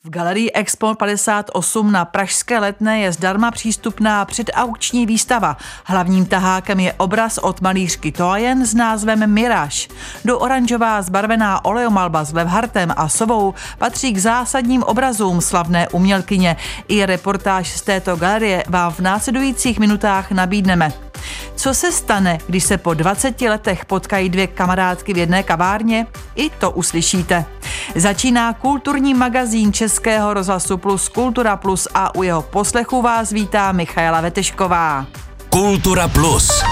V galerii Expo 58 na pražské Letné je zdarma přístupná předaukční výstava. Hlavním tahákem je obraz od malířky Toyen s názvem Mirage. Do oranžová zbarvená oleomalba s Levhartem a sovou patří k zásadním obrazům slavné umělkyně. I reportáž z této galerie vám v následujících minutách nabídneme. Co se stane, když se po 20 letech potkají dvě kamarádky v jedné kavárně? I to uslyšíte. Začíná kulturní magazín Českého rozhlasu Plus Kultura Plus a u jeho poslechu vás vítá Michaela Vetešková. Kultura Plus.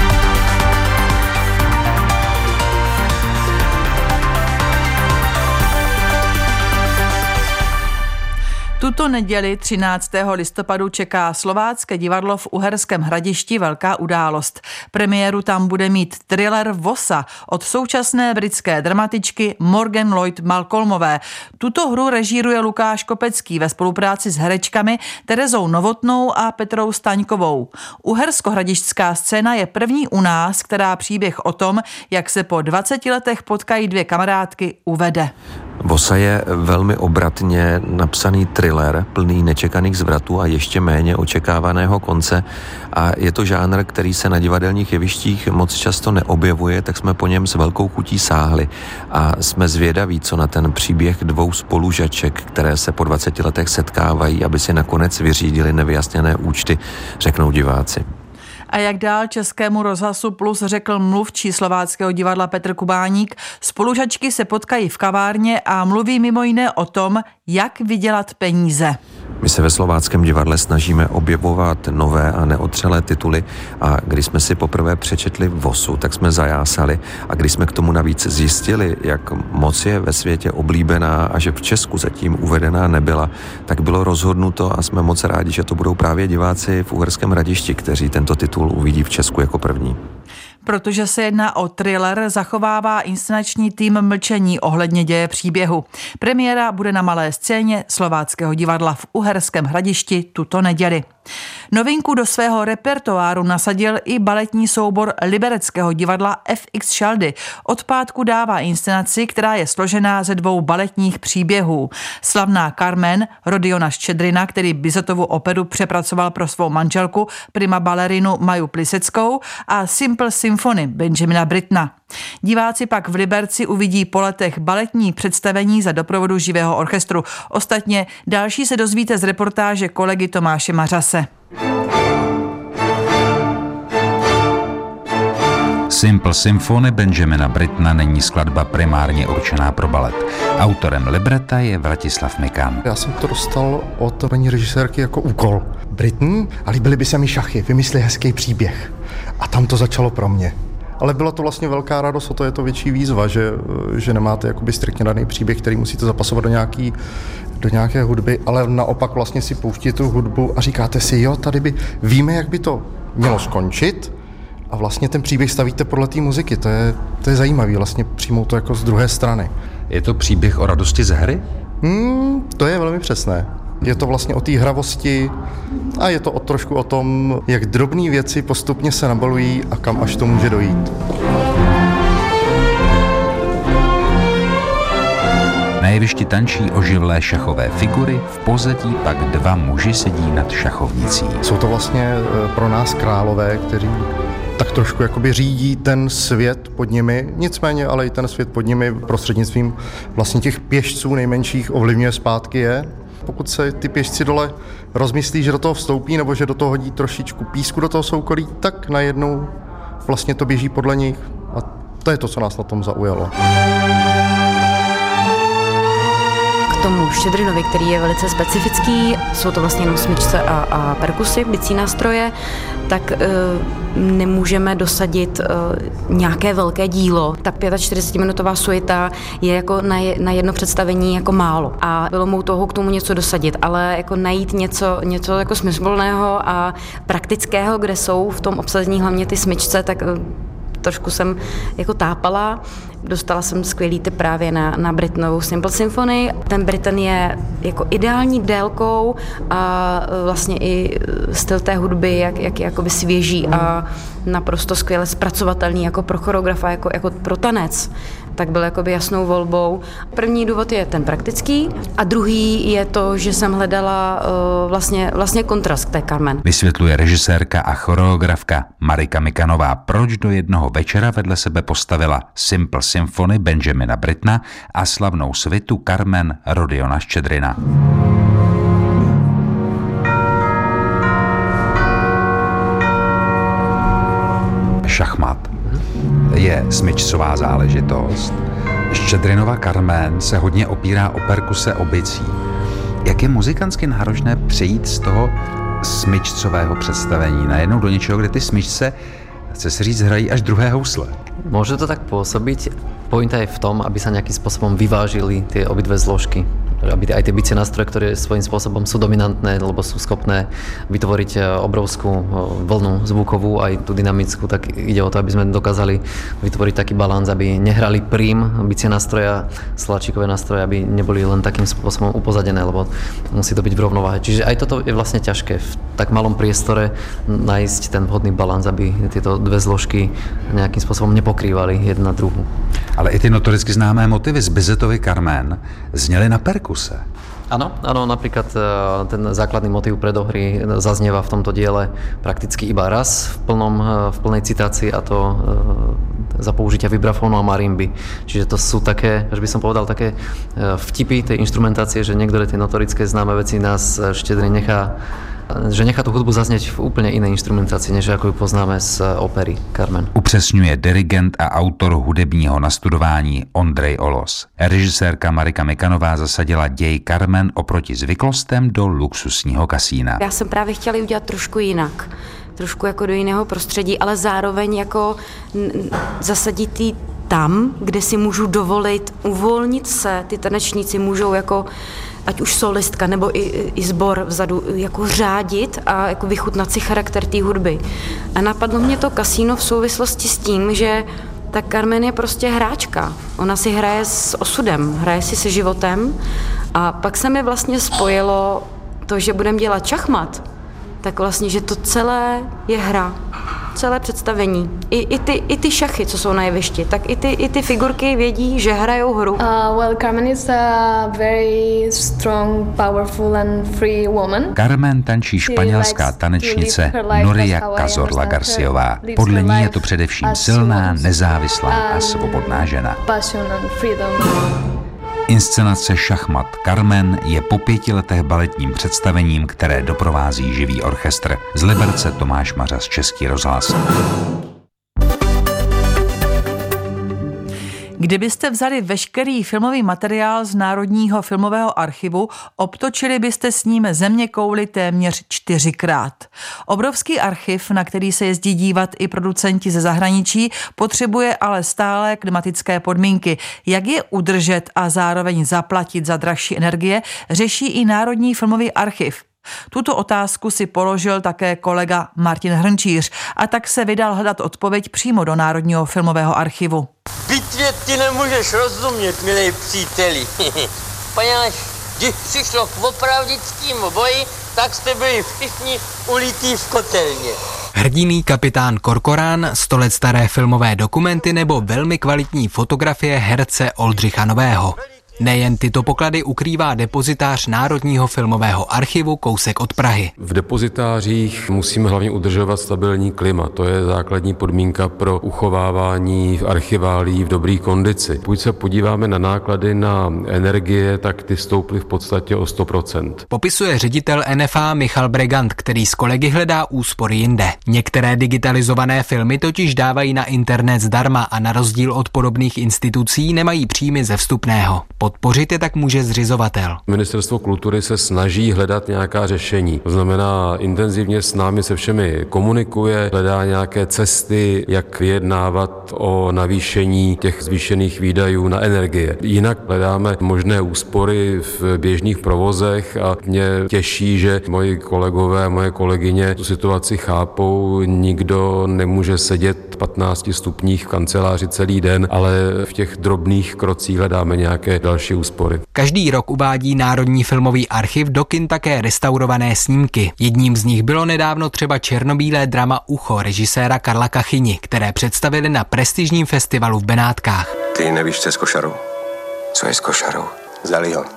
Tuto neděli 13. listopadu čeká Slovácké divadlo v Uherském Hradišti velká událost. Premiéru tam bude mít thriller Vosa od současné britské dramatičky Morgan Lloyd Malcolmové. Tuto hru režíruje Lukáš Kopecký ve spolupráci s herečkami Terezou Novotnou a Petrou Staňkovou. Uhersko-hradišťská scéna je první u nás, která příběh o tom, jak se po 20 letech potkají dvě kamarádky, uvede. Vosa je velmi obratně napsaný thriller, plný nečekaných zvratů a ještě méně očekávaného konce a je to žánr, který se na divadelních jevištích moc často neobjevuje, tak jsme po něm s velkou chutí sáhli a jsme zvědaví, co na ten příběh dvou spolužaček, které se po 20 letech setkávají, aby si nakonec vyřídili nevyjasněné účty, řeknou diváci. A jak dál Českému rozhlasu Plus řekl mluvčí Slováckého divadla Petr Kubáník, spolužačky se potkají v kavárně a mluví mimo jiné o tom, jak vydělat peníze. My se ve Slováckém divadle snažíme objevovat nové a neotřelé tituly a když jsme si poprvé přečetli Vosu, tak jsme zajásali a když jsme k tomu navíc zjistili, jak moc je ve světě oblíbená a že v Česku zatím uvedená nebyla, tak bylo rozhodnuto a jsme moc rádi, že to budou právě diváci v Uherském Hradišti, kteří tento titul uvidí v Česku jako první. Protože se jedná o thriller, zachovává inscenační tým mlčení ohledně děje příběhu. Premiéra bude na malé scéně Slováckého divadla v Uherském Hradišti tuto neděli. Novinku do svého repertoáru nasadil i baletní soubor Libereckého divadla FX Šaldy. Od pátku dává inscenaci, která je složená ze dvou baletních příběhů. Slavná Carmen Rodiona Ščedrina, který Bizotovu operu přepracoval pro svou manželku, prima balerinu Maju Pliseckou, a Simple Symphony Benjamina Brittona. Diváci pak v Liberci uvidí po letech baletní představení za doprovodu živého orchestru. Ostatně další se dozvíte z reportáže kolegy Tomáše Mařase. Simple Symphony Benjamina Brittona není skladba primárně určená pro balet. Autorem libreta je Vratislav Mikán. Já jsem to dostal od paní režisérky jako úkol. Britton, a líbily by se mi šachy, vymysli hezký příběh. A tam to začalo pro mě. Ale byla to vlastně velká radost, o to je to větší výzva, že nemáte jakoby striktně daný příběh, který musíte zapasovat do nějaké hudby, ale naopak vlastně si pouštíte tu hudbu a říkáte si, jo, tady víme, jak by to mělo skončit a vlastně ten příběh stavíte podle té muziky. To je zajímavé vlastně přijmout to jako z druhé strany. Je to příběh o radosti ze hry? To je velmi přesné. Je to vlastně o té hravosti a je to trošku o tom, jak drobné věci postupně se nabalují a kam až to může dojít. Na jevišti tančí oživlé šachové figury, v pozadí pak dva muži sedí nad šachovnicí. Jsou to vlastně pro nás králové, kteří tak trošku jakoby řídí ten svět pod nimi, nicméně ale i ten svět pod nimi prostřednictvím vlastně těch pěšců nejmenších ovlivňuje zpátky je. Pokud se ty pěšci dole rozmyslí, že do toho vstoupí nebo že do toho hodí trošičku písku do toho soukolí, tak najednou vlastně to běží podle nich a to je to, co nás na tom zaujalo. K tomu Ščedrinovi, který je velice specifický, jsou to vlastně jenom smyčce a perkusy, bicí nástroje, tak nemůžeme dosadit nějaké velké dílo. Ta 45-minutová suita je jako na jedno představení jako málo. A bylo mou touhou k tomu něco dosadit, ale jako najít něco jako smysluplného a praktického, kde jsou v tom obsazení hlavně ty smyčce, tak trošku jsem jako tápala. Dostala jsem skvělý tip právě na Brittonovou Simple Symphony. Ten Britton je jako ideální délkou a vlastně i styl té hudby, jak je jakoby svěží a naprosto skvěle zpracovatelný jako pro choreografa, jako pro tanec. tak byl jakoby jasnou volbou. První důvod je ten praktický a druhý je to, že jsem hledala vlastně kontrast k té Carmen. Vysvětluje režisérka a choreografka Marika Mikanová, proč do jednoho večera vedle sebe postavila Simple Symphony Benjamina Brittna a slavnou svitu Carmen Rodiona Ščedrina. Šachmat je smyčcová záležitost. Ščedrinova Carmen se hodně opírá o perkuse obicí. Jak je muzikantsky náročné přejít z toho smyčcového představení najednou do něčeho, kde ty smyčce, chce se říct, hrají až druhé housle? Môže to tak pôsobiť. Pointa je v tom, aby sa nejakým spôsobom vyvážili tie obidve zložky. Aby aj tie bicie nástroje, ktoré svojím spôsobom sú dominantné, lebo sú schopné vytvoriť obrovskú vlnu zvukovú, aj tú dynamickú, tak ide o to, aby sme dokázali vytvoriť taký balans, aby nehrali prím bicie nástroje, sláčikové nástroje, aby neboli len takým spôsobom upozadené, lebo musí to byť v rovnováhe. Čiže aj toto je vlastne ťažké v tak malom priestore nájsť ten vhodný balans, aby tieto dve zložky nejakým spôsobom nepokrývali jedna druhú. Ale i ty notoricky známé motivy z Bizettovy Carmen zněly na perkuse. Áno, napríklad ten základný motív predohry zaznieva v tomto diele prakticky iba raz v plnej citácii, a to za použitia vibrafónu a marimby. Čiže to sú také, až by som povedal, také vtipy tej instrumentácie, že niektoré tie notorické známe veci nás Ščedrin nechá tú hudbu zaznieť v úplne inej instrumentácii, než ako ju poznáme z opery Carmen. Upřesňuje dirigent a autor hudebního nastudování Ondrej Olos. Režisérka Marika Mikanová zasadila děj Carmen oproti zvyklostem do luxusního kasína. Já jsem právě chtěla ji udělat trošku jinak. Trošku jako do jiného prostředí, ale zároveň jako zasadit ji tam, kde si můžu dovolit uvolnit se. Ty tanečníci můžou jako ať už solistka nebo i sbor vzadu, jako řádit a jako vychutnat si charakter té hudby. A napadlo mě to kasíno v souvislosti s tím, že ta Carmen je prostě hráčka. Ona si hraje s osudem, hraje si se životem a pak se mi vlastně spojilo to, že budeme dělat šachmat, tak vlastně, že to celé je hra. Celé představení. I ty šachy, co jsou na jevišti, tak i ty figurky vědí, že hrajou hru. Well, Carmen is a very strong, powerful and free woman. Carmen tančí španělská tanečnice Nuria Cazorla Garciová. Podle ní je to především silná, nezávislá a svobodná žena. Passion and freedom. Inscenace Šachmat Carmen je po 5 letech baletním představením, které doprovází živý orchestr. Z Liberce Tomáš Mařas, Český rozhlas. Kdybyste vzali veškerý filmový materiál z Národního filmového archivu, obtočili byste s ním zeměkouli téměř 4krát. Obrovský archiv, na který se jezdí dívat i producenti ze zahraničí, potřebuje ale stále klimatické podmínky. Jak je udržet a zároveň zaplatit za drahší energie, řeší i Národní filmový archiv. Tuto otázku si položil také kolega Martin Hrnčíř a tak se vydal hledat odpověď přímo do Národního filmového archivu. Bitvě ty nemůžeš rozumět, milej příteli. Poněvadž když přišlo k opravdickému boji, tak jste byli všichni ulití v kotelně. Hrdinný kapitán Korkorán, 100 let staré filmové dokumenty nebo velmi kvalitní fotografie herce Oldřicha Nového. Nejen tyto poklady ukrývá depozitář Národního filmového archivu kousek od Prahy. V depozitářích musíme hlavně udržovat stabilní klima. To je základní podmínka pro uchovávání archiválií v dobré kondici. Pokud se podíváme na náklady na energie, tak ty stouply v podstatě o 100%. Popisuje ředitel NFA Michal Bregant, který s kolegy hledá úspory jinde. Některé digitalizované filmy totiž dávají na internet zdarma a na rozdíl od podobných institucí nemají příjmy ze vstupného. Podpořit je tak může zřizovatel. Ministerstvo kultury se snaží hledat nějaká řešení. To znamená, intenzivně s námi se všemi komunikuje, hledá nějaké cesty, jak vyjednávat o navýšení těch zvýšených výdajů na energie. Jinak hledáme možné úspory v běžných provozech a mě těší, že moji kolegové a moje kolegyně tu situaci chápou. Nikdo nemůže sedět v 15 stupních v kanceláři celý den, ale v těch drobných krocích hledáme nějaké další další úspory. Každý rok uvádí Národní filmový archiv do kin také restaurované snímky. Jedním z nich bylo nedávno třeba černobílé drama Ucho režiséra Karla Kachyni, které představili na prestižním festivalu v Benátkách. Ty nevíš, co je s košarou? Co je s košarou? Vzali ho.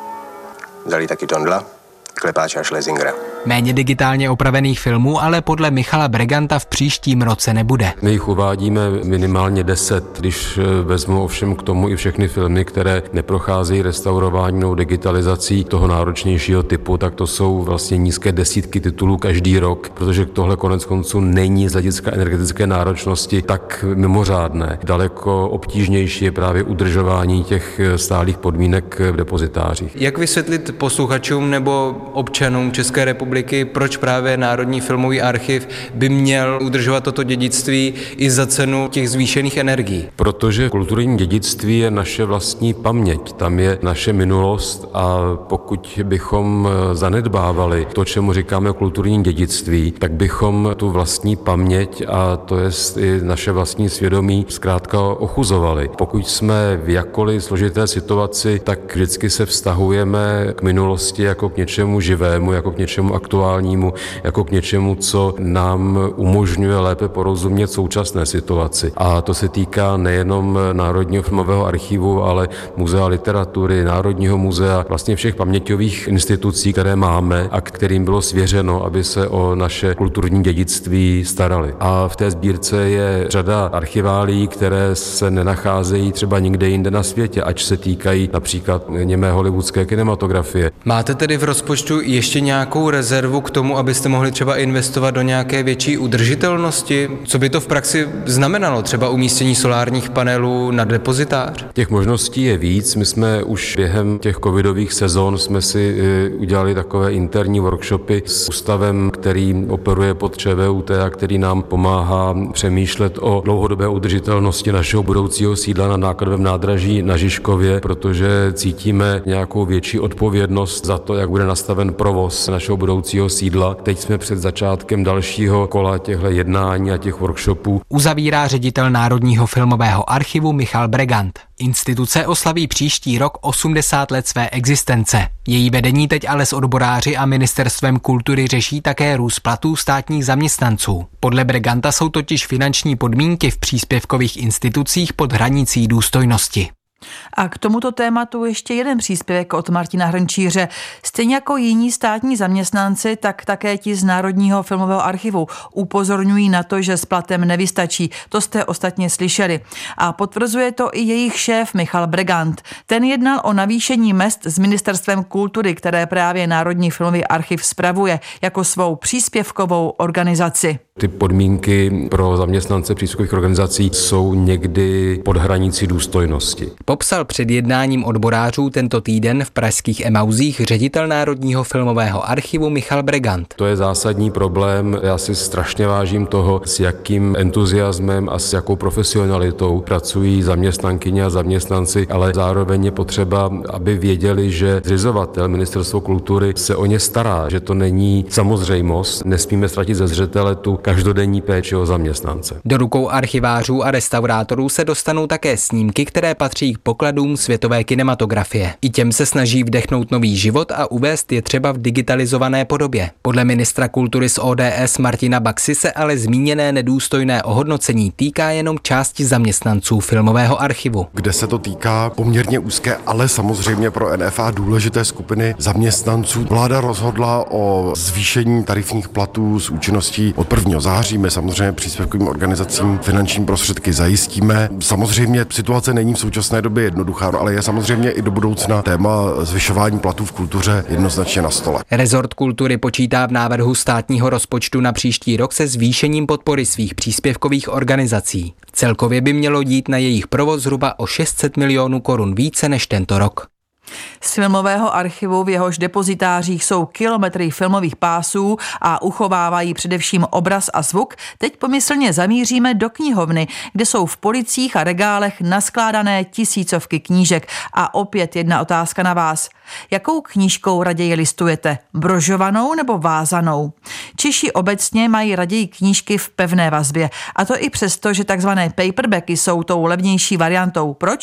Vzali taky Tondla, Klepáče a Schlesingera. Méně digitálně opravených filmů ale podle Michala Breganta v příštím roce nebude. My jich uvádíme minimálně 10, když vezmu ovšem k tomu i všechny filmy, které neprocházejí restaurováním nebo digitalizací toho náročnějšího typu, tak to jsou vlastně nízké desítky titulů každý rok, protože tohle konec konců není z hlediska energetické náročnosti tak mimořádné. Daleko obtížnější je právě udržování těch stálých podmínek v depozitářích. Jak vysvětlit posluchačům nebo občanům České republiky, proč právě Národní filmový archiv by měl udržovat toto dědictví i za cenu těch zvýšených energií? Protože kulturní dědictví je naše vlastní paměť, tam je naše minulost a pokud bychom zanedbávali to, čemu říkáme kulturní dědictví, tak bychom tu vlastní paměť a to je i naše vlastní svědomí zkrátka ochuzovali. Pokud jsme v jakkoliv složité situaci, tak vždycky se vztahujeme k minulosti jako k něčemu živému, jako k něčemu aktuálnímu, jako k něčemu, co nám umožňuje lépe porozumět současné situaci. A to se týká nejenom Národního filmového archivu, ale Muzea literatury, Národního muzea, vlastně všech paměťových institucí, které máme a kterým bylo svěřeno, aby se o naše kulturní dědictví starali. A v té sbírce je řada archiválií, které se nenacházejí třeba nikde jinde na světě, ač se týkají například němé hollywoodské kinematografie. Máte tedy v rozpočtu ještě nějakou rezervu k tomu, abyste mohli třeba investovat do nějaké větší udržitelnosti? Co by to v praxi znamenalo? Třeba umístění solárních panelů na depozitář? Těch možností je víc. My jsme už během těch covidových sezon jsme si udělali takové interní workshopy s ústavem, který operuje pod ČVUT a který nám pomáhá přemýšlet o dlouhodobé udržitelnosti našeho budoucího sídla na nákladovém nádraží na Žižkově, protože cítíme nějakou větší odpovědnost za to, jak bude nastaven provoz našeho budoucího sídla. Teď jsme před začátkem dalšího kola těchto jednání a těch workshopů. Uzavírá ředitel Národního filmového archivu Michal Bregant. Instituce oslaví příští rok 80 let své existence. Její vedení teď ale s odboráři a Ministerstvem kultury řeší také růst platů státních zaměstnanců. Podle Breganta jsou totiž finanční podmínky v příspěvkových institucích pod hranicí důstojnosti. A k tomuto tématu ještě jeden příspěvek od Martina Hrnčíře. Stejně jako jiní státní zaměstnanci, tak také ti z Národního filmového archivu upozorňují na to, že s platem nevystačí. To jste ostatně slyšeli. A potvrzuje to i jejich šéf Michal Bregant. Ten jednal o navýšení mezd s Ministerstvem kultury, které právě Národní filmový archiv spravuje jako svou příspěvkovou organizaci. Ty podmínky pro zaměstnance příspěvkových organizací jsou někdy pod hranicí důstojnosti. Popsal před jednáním odborářů tento týden v pražských Emauzích ředitel Národního filmového archivu Michal Bregant. To je zásadní problém. Já si strašně vážím toho, s jakým entuziasmem a s jakou profesionalitou pracují zaměstnankyně a zaměstnanci, ale zároveň je potřeba, aby věděli, že zřizovatel Ministerstvo kultury se o ně stará, že to není samozřejmost. Nesmíme ztratit ze zřetele tu každodenní péči o zaměstnance. Do rukou archivářů a restaurátorů se dostanou také snímky, které patří k pokladům světové kinematografie. I těm se snaží vdechnout nový život a uvést je třeba v digitalizované podobě. Podle ministra kultury z ODS Martina Baxy se ale zmíněné nedůstojné ohodnocení týká jenom části zaměstnanců filmového archivu. Kde se to týká poměrně úzké, ale samozřejmě pro NFA důležité skupiny zaměstnanců. Vláda rozhodla o zvýšení tarifních platů s účinností od 1. září. My samozřejmě příspěvkovým organizacím finanční prostředky zajistíme. Samozřejmě situace není v současné době jednoduchá, ale je samozřejmě i do budoucna téma zvyšování platů v kultuře jednoznačně na stole. Rezort kultury počítá v návrhu státního rozpočtu na příští rok se zvýšením podpory svých příspěvkových organizací. Celkově by mělo jít na jejich provoz zhruba o 600 milionů korun více než tento rok. Z filmového archivu, v jehož depozitářích jsou kilometry filmových pásů a uchovávají především obraz a zvuk, teď pomyslně zamíříme do knihovny, kde jsou v policích a regálech naskládané tisícovky knížek. A opět jedna otázka na vás. Jakou knížkou raději listujete? Brožovanou nebo vázanou? Češi obecně mají raději knížky v pevné vazbě. A to i přesto, že takzvané paperbacky jsou tou levnější variantou. Proč?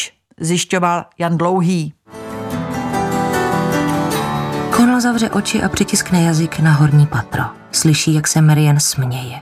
zjišťoval Jan Dlouhý. Konal zavře oči a přitiskne jazyk na horní patro. Slyší, jak se Marian směje.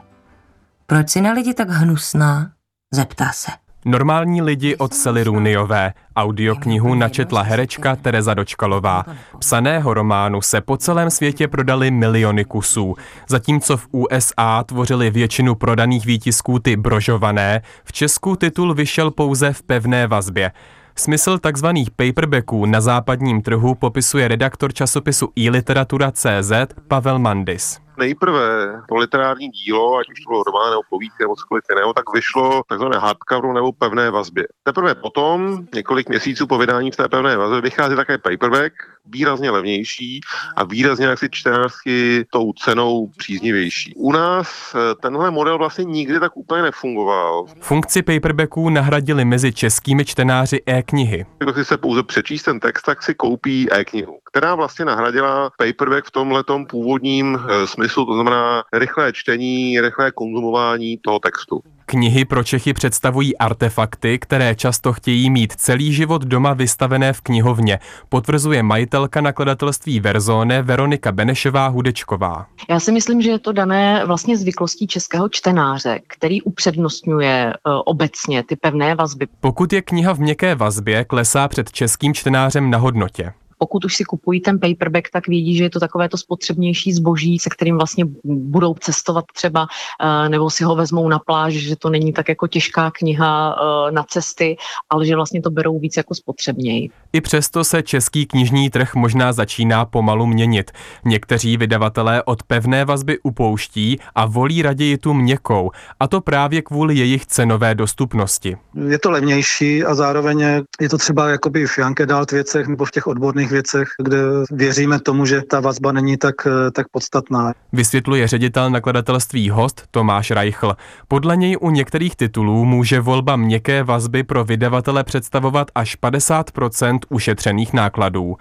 Proč si na lidi tak hnusná? Zeptá se. Normální lidi od Sally Rooneyové. Audioknihu načetla herečka Tereza Dočkalová. Psaného románu se po celém světě prodaly miliony kusů. Zatímco v USA tvořili většinu prodaných výtisků ty brožované, v Česku titul vyšel pouze v pevné vazbě. Smysl takzvaných paperbacků na západním trhu popisuje redaktor časopisu iLiteratura.cz Pavel Mandis. Nejprve to literární dílo, ať už to bylo román nebo povídka nebo cokoliv jiného, tak vyšlo takzvané hardcoveru nebo pevné vazbě. Teprve potom, několik měsíců po vydání v té pevné vazbě, vychází také paperback, výrazně levnější a výrazně jaksi čtenářsky tou cenou příznivější. U nás tenhle model vlastně nikdy tak úplně nefungoval. Funkci paperbacků nahradili mezi českými čtenáři e-knihy. Když se pouze přečíst ten text, tak si koupí e-knihu, která vlastně nahradila paperback v tomhletom původním smyslu, to znamená rychlé čtení, rychlé konzumování toho textu. Knihy pro Čechy představují artefakty, které často chtějí mít celý život doma vystavené v knihovně, potvrzuje majitelka nakladatelství Verzone Veronika Benešová-Hudečková. Já si myslím, že je to dané vlastně zvyklostí českého čtenáře, který upřednostňuje obecně ty pevné vazby. Pokud je kniha v měkké vazbě, klesá před českým čtenářem na hodnotě. Pokud už si kupují ten paperback, tak vědí, že je to takové to spotřebnější zboží, se kterým vlastně budou cestovat třeba, nebo si ho vezmou na pláž, že to není tak jako těžká kniha na cesty, ale že vlastně to berou víc jako spotřebněji. I přesto se český knižní trh možná začíná pomalu měnit. Někteří vydavatelé od pevné vazby upouští a volí raději tu měkkou, a to právě kvůli jejich cenové dostupnosti. Je to levnější a zároveň je to třeba jakoby v Young Adult věcech nebo v těch odborných věcech, kde věříme tomu, že ta vazba není tak podstatná. Vysvětluje ředitel nakladatelství Host Tomáš Reichl. Podle něj u některých titulů může volba měkké vazby pro vydavatele představovat až 50% ušetřených nákladů.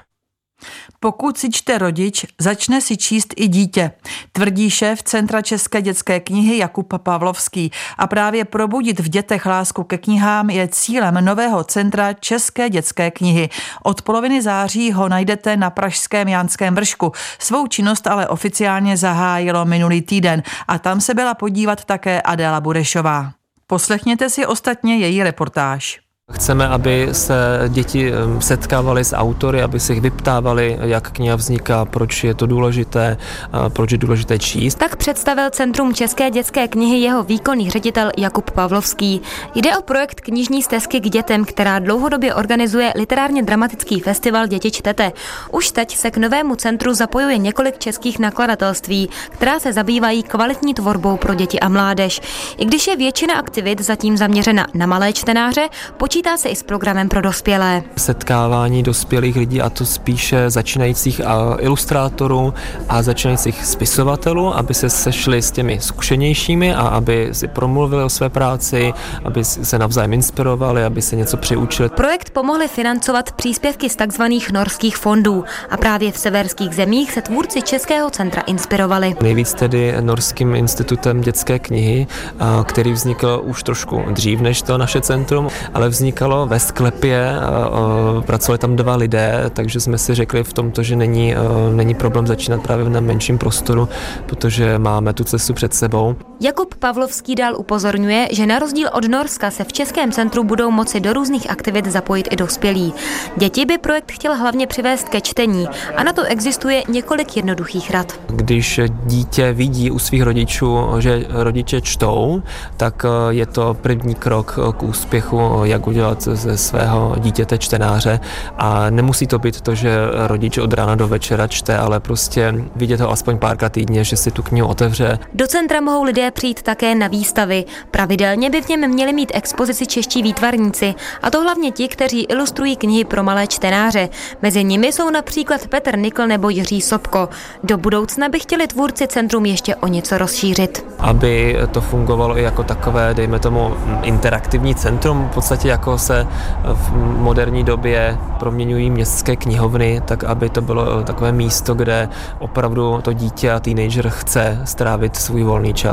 Pokud si čte rodič, začne si číst i dítě, tvrdí šéf Centra české dětské knihy Jakub Pavlovský. A právě probudit v dětech lásku ke knihám je cílem nového Centra české dětské knihy. Od poloviny září ho najdete na pražském Jánském vršku. Svou činnost ale oficiálně zahájilo minulý týden a tam se byla podívat také Adéla Burešová. Poslechněte si ostatně její reportáž. Chceme, aby se děti setkávaly s autory, aby se jich vyptávali, jak kniha vzniká, proč je to důležité, proč je důležité číst. Tak představil Centrum české dětské knihy jeho výkonný ředitel Jakub Pavlovský. Jde o projekt Knižní stezky k dětem, která dlouhodobě organizuje literárně dramatický festival Děti čtete. Už teď se k novému centru zapojuje několik českých nakladatelství, která se zabývají kvalitní tvorbou pro děti a mládež. I když je většina aktivit zatím zaměřena na malé čtenáře, počítá se i s programem pro dospělé. Setkávání dospělých lidí, a to spíše začínajících ilustrátorů a začínajících spisovatelů, aby se sešli s těmi zkušenějšími a aby si promluvili o své práci, aby se navzájem inspirovali, aby se něco přiučili. Projekt pomohli financovat příspěvky z takzvaných norských fondů a právě v severských zemích se tvůrci Českého centra inspirovali. Nejvíc tedy Norským institutem dětské knihy, který vznikl už trošku dřív než to naše centrum, ale vzniklo ve sklepě, pracovali tam 2 lidé, takže jsme si řekli v tomto, že není problém začínat právě na menším prostoru, protože máme tu cestu před sebou. Jakub Pavlovský dál upozorňuje, že na rozdíl od Norska se v Českém centru budou moci do různých aktivit zapojit i dospělí. Děti by projekt chtěl hlavně přivést ke čtení a na to existuje několik jednoduchých rad. Když dítě vidí u svých rodičů, že rodiče čtou, tak je to první krok k úspěchu, jak udělat ze svého dítěte čtenáře, a nemusí to být to, že rodič od rána do večera čte, ale prostě vidět ho aspoň párkrát týdně, že si tu knihu otevře. Do centra mohou lidé přijít také na výstavy. Pravidelně by v něm měli mít expozici čeští výtvarníci, a to hlavně ti, kteří ilustrují knihy pro malé čtenáře. Mezi nimi jsou například Petr Nikl nebo Jiří Sobko. Do budoucna by chtěli tvůrci centrum ještě o něco rozšířit. Aby to fungovalo i jako takové, dejme tomu, interaktivní centrum, v podstatě jako se v moderní době proměňují městské knihovny, tak aby to bylo takové místo, kde opravdu to dítě a teenager chce strávit svůj volný čas.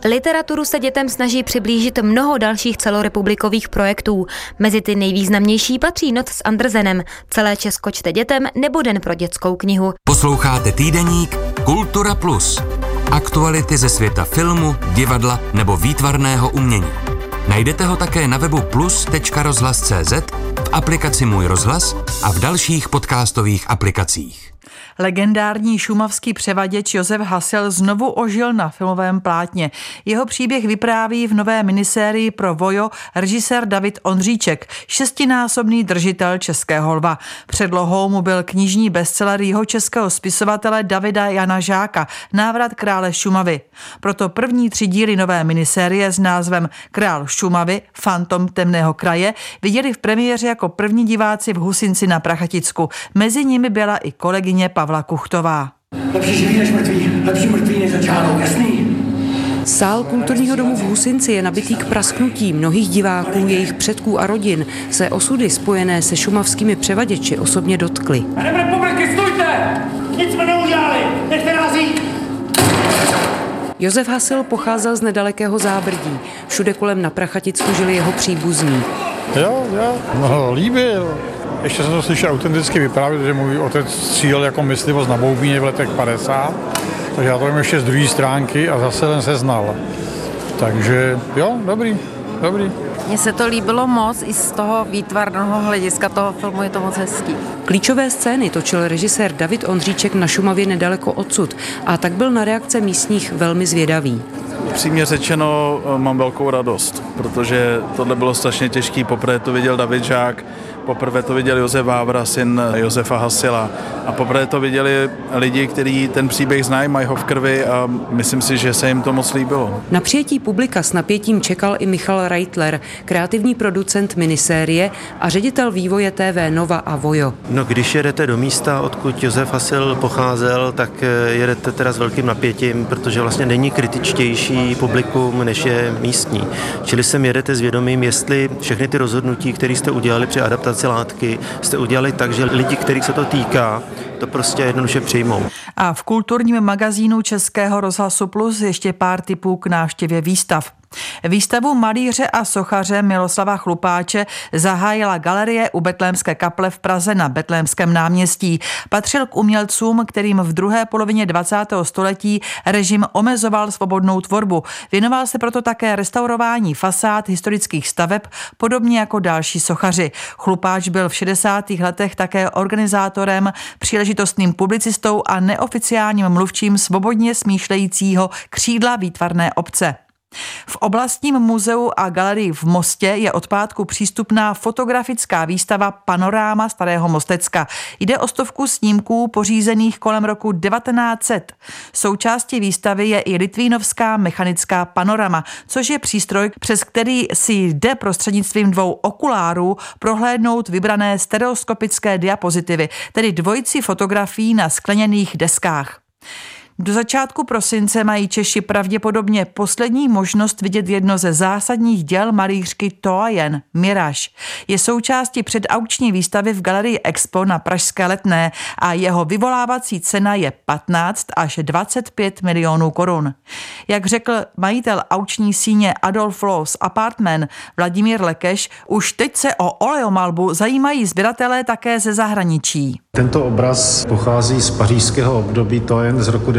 Literaturu se dětem snaží přiblížit mnoho dalších celorepublikových projektů. Mezi ty nejvýznamnější patří Noc s Andersenem, Celé Česko čte dětem nebo Den pro dětskou knihu. Posloucháte týdeník Kultura Plus. Aktuality ze světa filmu, divadla nebo výtvarného umění. Najdete ho také na webu plus.rozhlas.cz, v aplikaci Můj rozhlas a v dalších podcastových aplikacích. Legendární šumavský převaděč Josef Hasil znovu ožil na filmovém plátně. Jeho příběh vypráví v nové minisérii pro Vojo režisér David Ondříček, 6násobný držitel Českého lva. Předlohou mu byl knižní bestseller jihočeského spisovatele Davida Jana Žáka Návrat krále Šumavy. Proto první 3 díly nové minisérie s názvem Král Šumavy, Fantom temného kraje viděli v premiéře jako první diváci v Husinci na Prachaticku. Mezi nimi byla i kolegyně Pavla Kuchtová. Lepší živý než mrtvý, lepší mrtvý než začánou, jasný? Sál kulturního domu v Husinci je nabitý k prasknutí. Mnohých diváků, jejich předků a rodin se osudy spojené se šumavskými převaděči osobně dotkly. Jménem republiky, stůjte! Nic jsme neudělali, nechte nás jít! Josef Hasil pocházel z nedalekého Zábrdí. Všude kolem na Prachaticku žili jeho příbuzní. Jo, no, líbil. Ještě jsem to slyšel autenticky vyprávět, že můj otec střílel jako myslivost na Boubíně v letech 50, takže já to vím ještě z druhé stránky a zase jsem se znal. Takže jo, dobrý. Mně se to líbilo moc i z toho výtvarného hlediska toho filmu, je to moc hezký. Klíčové scény točil režisér David Ondříček na Šumavě nedaleko odsud a tak byl na reakce místních velmi zvědavý. Upřímně řečeno, mám velkou radost, protože tohle bylo strašně těžký. Poprvé to viděl David Žák, poprvé to viděl Josef Vávra, syn Josefa Hasila, a poprvé to viděli lidi, kteří ten příběh znají, mají ho v krvi a myslím si, že se jim to moc líbilo. Na přijetí publika s napětím čekal i Michal Reitler, kreativní producent minisérie a ředitel vývoje TV Nova a Vojo. No, když jedete do místa, odkud Josef Hasil pocházel, tak jedete teda s velkým napětím, protože vlastně není kritičtější publikum, než je místní. Čili sem jedete s vědomím, jestli všechny ty rozhodnutí, které jste udělali při adaptaci látky, jste udělali tak, že lidi, kterých se to týká, to prostě jednoduše přijmou. A v kulturním magazínu Českého rozhlasu Plus ještě pár tipů k návštěvě výstav. Výstavu malíře a sochaře Miloslava Chlupáče zahájila galerie u Betlémské kaple v Praze na Betlémském náměstí. Patřil k umělcům, kterým v druhé polovině 20. století režim omezoval svobodnou tvorbu. Věnoval se proto také restaurování fasád historických staveb, podobně jako další sochaři. Chlupáč byl v 60. letech také organizátorem, příležitostným publicistou a neoficiálním mluvčím svobodně smýšlejícího křídla výtvarné obce. V oblastním muzeu a galerii v Mostě je od pátku přístupná fotografická výstava Panoráma Starého Mostecka. Jde o 100 snímků pořízených kolem roku 1900. Součástí výstavy je i litvínovská mechanická panorama, což je přístroj, přes který si jde prostřednictvím 2 okulárů prohlédnout vybrané stereoskopické diapozitivy, tedy dvojici fotografií na skleněných deskách. Do začátku prosince mají Češi pravděpodobně poslední možnost vidět jedno ze zásadních děl malířky Toajen, Mirage. Je součástí předaukční výstavy v galerii Expo na Pražské Letné a jeho vyvolávací cena je 15 až 25 milionů korun. Jak řekl majitel aukční síně Adolf Loos Apartment Vladimír Lekeš, už teď se o oleomalbu zajímají sběratelé také ze zahraničí. Tento obraz pochází z pařížského období Toajen z roku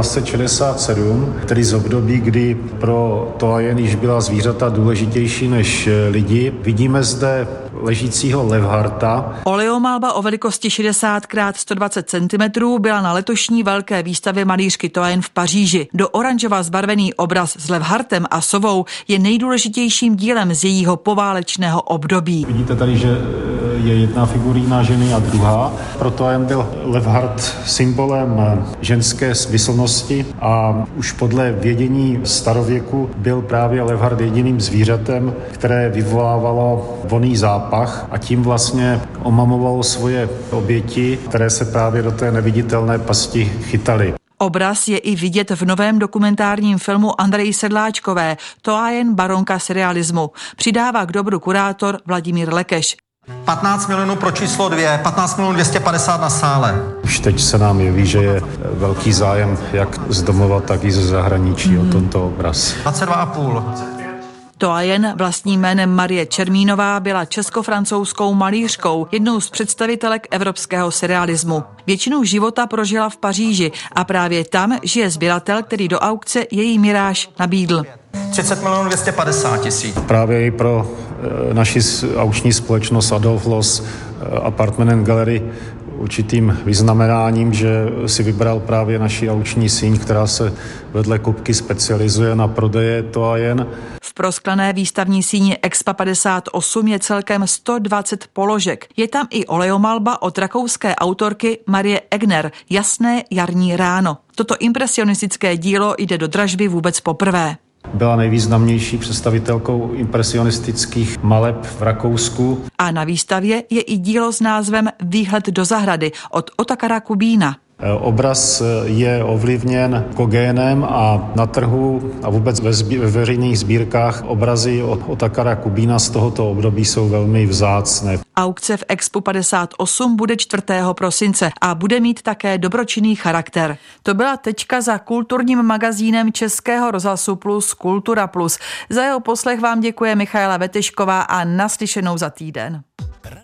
1967, tedy z období, kdy pro Toajen již byla zvířata důležitější než lidi. Vidíme zde ležícího Levharta. Oleomalba o velikosti 60 x 120 cm byla na letošní velké výstavě malířky Toajen v Paříži. Do oranžova zbarvený obraz s Levhartem a sovou je nejdůležitějším dílem z jejího poválečného období. Vidíte tady, že je jedna figurína ženy a druhá. Pro Toajen byl Levhart symbolem ženské smyslnosti a už podle vědění starověku byl právě Levhart jediným zvířetem, které vyvolávalo vonný zápach a tím vlastně omamovalo svoje oběti, které se právě do té neviditelné pasti chytaly. Obraz je i vidět v novém dokumentárním filmu Andreji Sedláčkové Toajen baronka surrealismu. Přidává k dobru kurátor Vladimír Lekeš. 15 milionů pro číslo 2, 15 milionů 250 na sále. Už teď se nám jeví, že je velký zájem jak z domova, tak i ze zahraničí o tento obraz. 22,5. Toajen vlastním jménem Marie Čermínová byla česko-francouzskou malířkou, jednou z představitelek evropského surrealismu. Většinu života prožila v Paříži a právě tam žije sběratel, který do aukce její miráž nabídl. 30 milionů 250 tisíc. Právě i pro naši aukční společnost Adolf Loos Apartment Gallery určitým vyznamenáním, že si vybral právě naši aukční síň, která se vedle kupky specializuje na prodeje toajen. V prosklené výstavní síni Expa 58 je celkem 120 položek. Je tam i olejomalba od rakouské autorky Marie Egner, Jasné jarní ráno. Toto impresionistické dílo jde do dražby vůbec poprvé. Byla nejvýznamnější představitelkou impresionistických maleb v Rakousku. A na výstavě je i dílo s názvem Výhled do zahrady od Otakara Kubína. Obraz je ovlivněn Gauguinem a na trhu a vůbec ve veřejných sbírkách obrazy od Otakara Kubína z tohoto období jsou velmi vzácné. Aukce v Expu 58 bude 4. prosince a bude mít také dobročinný charakter. To byla tečka za kulturním magazínem Českého rozhlasu Plus Kultura Plus. Za jeho poslech vám děkuje Michaela Vetešková a naslyšenou za týden.